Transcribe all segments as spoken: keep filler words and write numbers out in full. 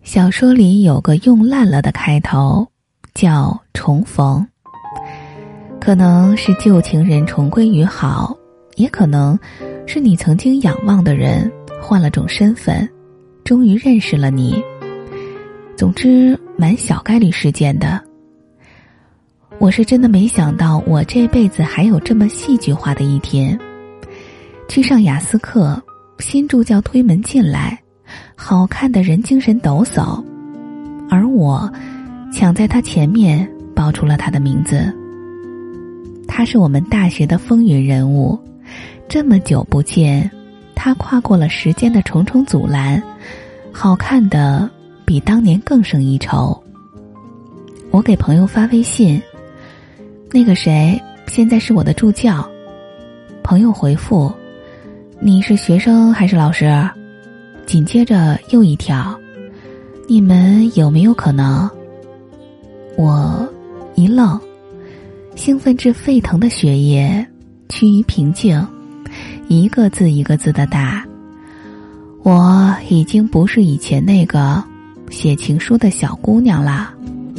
小说里有个用烂了的开头，叫重逢。可能是旧情人重归于好，也可能是你曾经仰望的人换了种身份，终于认识了你。总之蛮小概率事件的。我是真的没想到我这辈子还有这么戏剧化的一天。去上雅思课，新助教推门进来，好看的人精神抖擞，而我抢在他前面报出了他的名字。他是我们大学的风云人物，这么久不见，他跨过了时间的重重阻拦，好看的比当年更胜一筹。我给朋友发微信，那个谁现在是我的助教。朋友回复，你是学生还是老师？紧接着又一条，你们有没有可能？我一愣，兴奋至沸腾的血液趋于平静，一个字一个字的打。我已经不是以前那个写情书的小姑娘啦。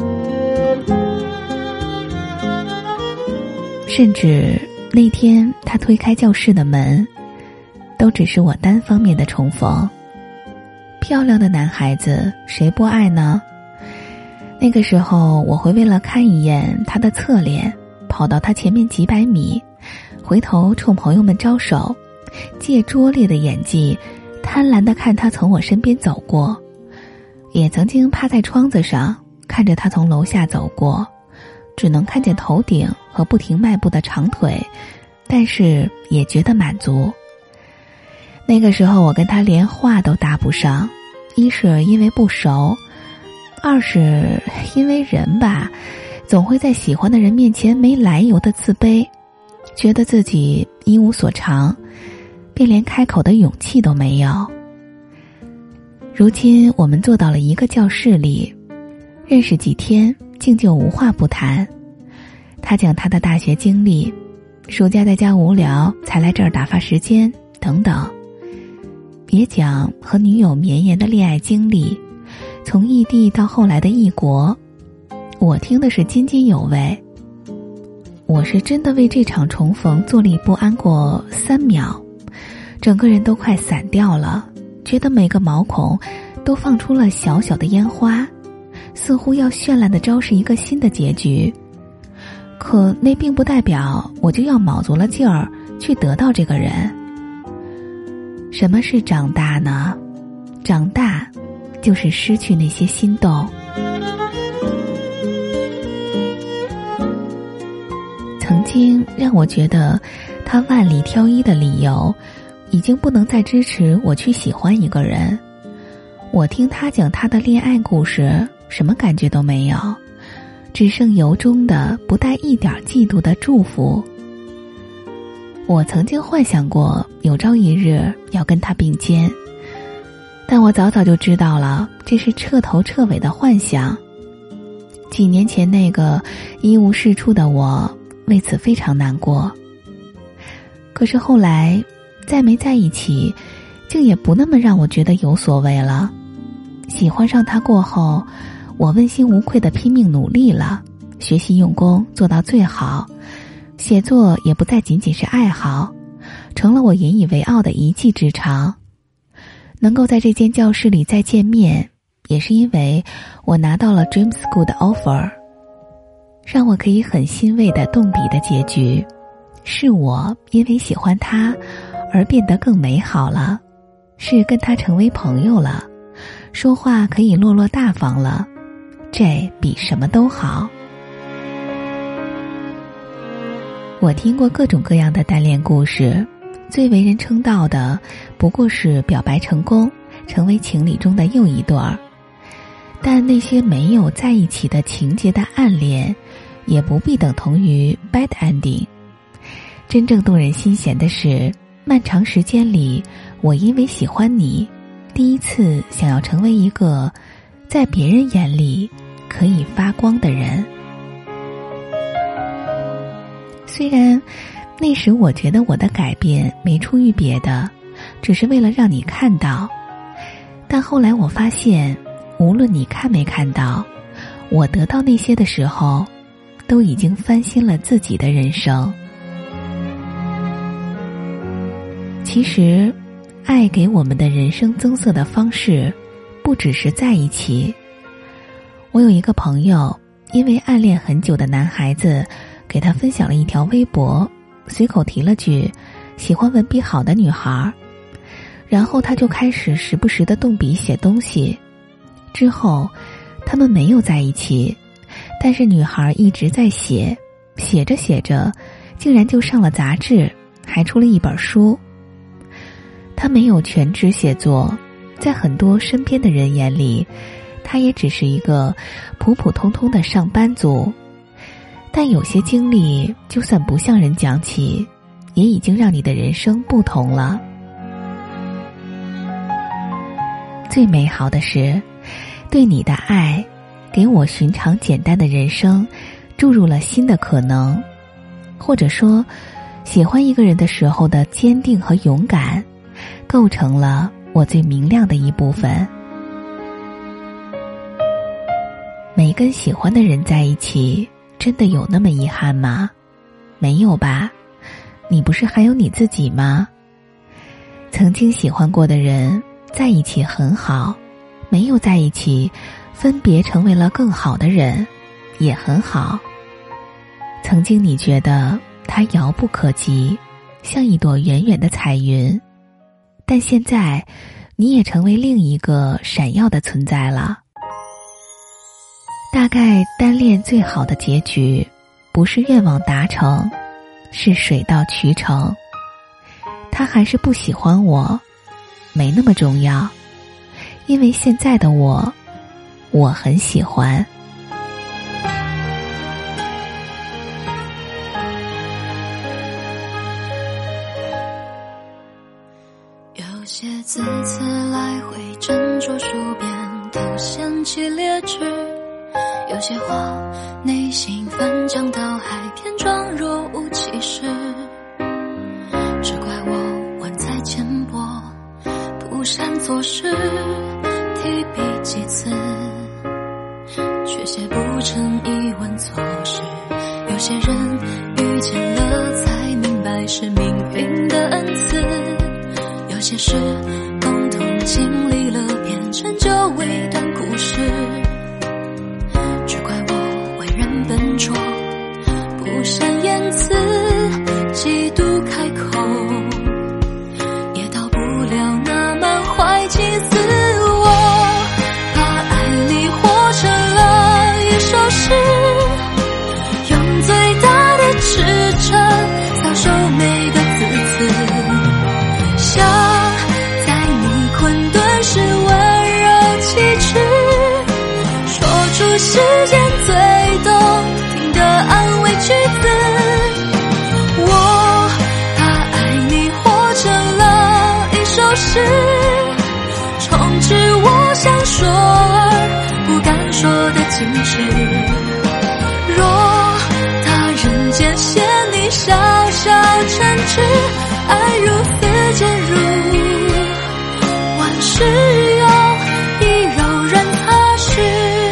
甚至那天他推开教室的门，都只是我单方面的重逢。漂亮的男孩子谁不爱呢？那个时候我会为了看一眼他的侧脸，跑到他前面几百米，回头冲朋友们招手，借拙劣的演技贪婪地看他从我身边走过。也曾经趴在窗子上看着他从楼下走过，只能看见头顶和不停迈步的长腿，但是也觉得满足。那个时候我跟他连话都搭不上，一是因为不熟，二是因为人吧，总会在喜欢的人面前没来由的自卑，觉得自己一无所长，便连开口的勇气都没有。如今我们坐到了一个教室里，认识几天竟就无话不谈。他讲他的大学经历，暑假在家无聊才来这儿打发时间等等，也讲和女友绵延的恋爱经历，从异地到后来的异国，我听的是津津有味。我是真的为这场重逢坐立不安过三秒，整个人都快散掉了，觉得每个毛孔都放出了小小的烟花，似乎要绚烂地昭示一个新的结局。可那并不代表我就要卯足了劲儿去得到这个人。什么是长大呢？长大就是失去那些心动。曾经让我觉得他万里挑一的理由，已经不能再支持我去喜欢一个人。我听他讲他的恋爱故事，什么感觉都没有，只剩由衷的不带一点嫉妒的祝福。我曾经幻想过有朝一日要跟他并肩，但我早早就知道了，这是彻头彻尾的幻想。几年前那个一无是处的我，为此非常难过。可是后来再没在一起，竟也不那么让我觉得有所谓了。喜欢上他过后，我问心无愧地拼命努力了，学习用功做到最好，写作也不再仅仅是爱好，成了我引以为傲的一技之长。能够在这间教室里再见面，也是因为我拿到了 Dream School 的 offer。 让我可以很欣慰的动笔的结局，是我因为喜欢他而变得更美好了，是跟他成为朋友了，说话可以落落大方了，这比什么都好。我听过各种各样的单恋故事，最为人称道的不过是表白成功，成为情侣中的又一对儿。但那些没有在一起的情节的暗恋，也不必等同于 bad ending。 真正动人心弦的是，漫长时间里，我因为喜欢你，第一次想要成为一个在别人眼里可以发光的人。虽然那时我觉得我的改变没出于别的，只是为了让你看到，但后来我发现无论你看没看到，我得到那些的时候，都已经翻新了自己的人生。其实，爱给我们的人生增色的方式，不只是在一起。我有一个朋友，因为暗恋很久的男孩子，给他分享了一条微博，随口提了句喜欢文笔好的女孩，然后他就开始时不时地动笔写东西。之后他们没有在一起，但是女孩一直在写，写着写着竟然就上了杂志，还出了一本书。他没有全职写作，在很多身边的人眼里，他也只是一个普普通通的上班族。但有些经历就算不向人讲起，也已经让你的人生不同了。最美好的是，对你的爱给我寻常简单的人生注入了新的可能，或者说喜欢一个人的时候的坚定和勇敢，构成了我最明亮的一部分。没跟喜欢的人在一起，真的有那么遗憾吗？没有吧，你不是还有你自己吗？曾经喜欢过的人在一起很好，没有在一起，分别成为了更好的人，也很好。曾经你觉得他遥不可及，像一朵远远的彩云，但现在你也成为另一个闪耀的存在了。大概单恋最好的结局，不是愿望达成，是水到渠成。他还是不喜欢我，没那么重要，因为现在的我，我很喜欢。 有些字词来回斟酌数遍，都掀起劣质。有些话内心翻江倒海，偏装若无其事。只怪我晚在浅薄，不善做事，提笔几次，却写不成一文错事。有些人遇见了才明白是命运的恩赐，有些事共同经历了变成就为段故事。只怪我为人笨拙，不善言辞，嫉妒开口，也到不了那满怀情思。我把爱你活成了一首诗，用最大的赤诚扫收每个字词，想在你困顿时温柔启齿，说出世间最动听的安慰句子。我把爱你活成了一首诗，充斥我想说而不敢说的矜持。若他人间嫌你小小嗔痴，爱如此坚如万事有一柔软踏实。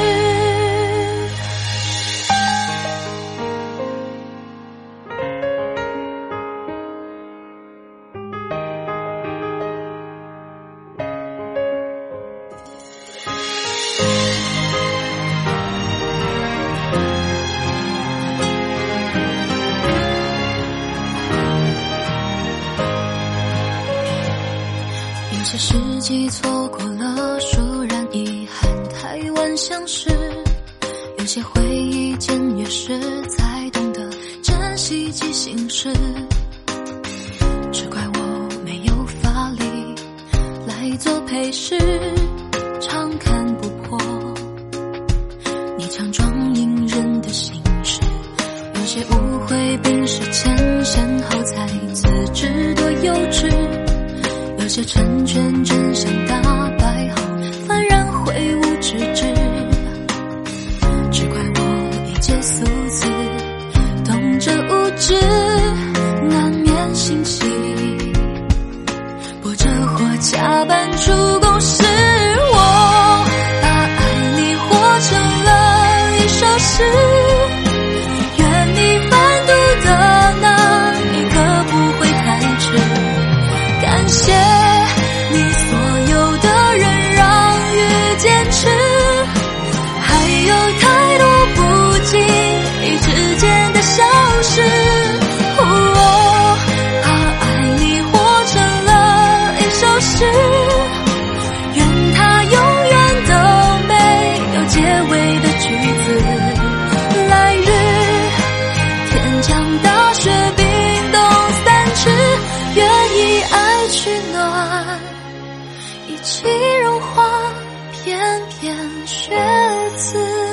有些时机错过了，倏然遗憾，太晚相识。有些回忆渐越是，才懂得珍惜记心事。只怪我没有法力来做陪侍，常看不破你强装隐忍的心事。有些误会冰释前嫌后才自知多幼稚，有些成全真相大白后幡然悔悟之至。只怪我一介俗子，懂这无知，难免心悸，搏着或假扮出公式。我把爱言血字。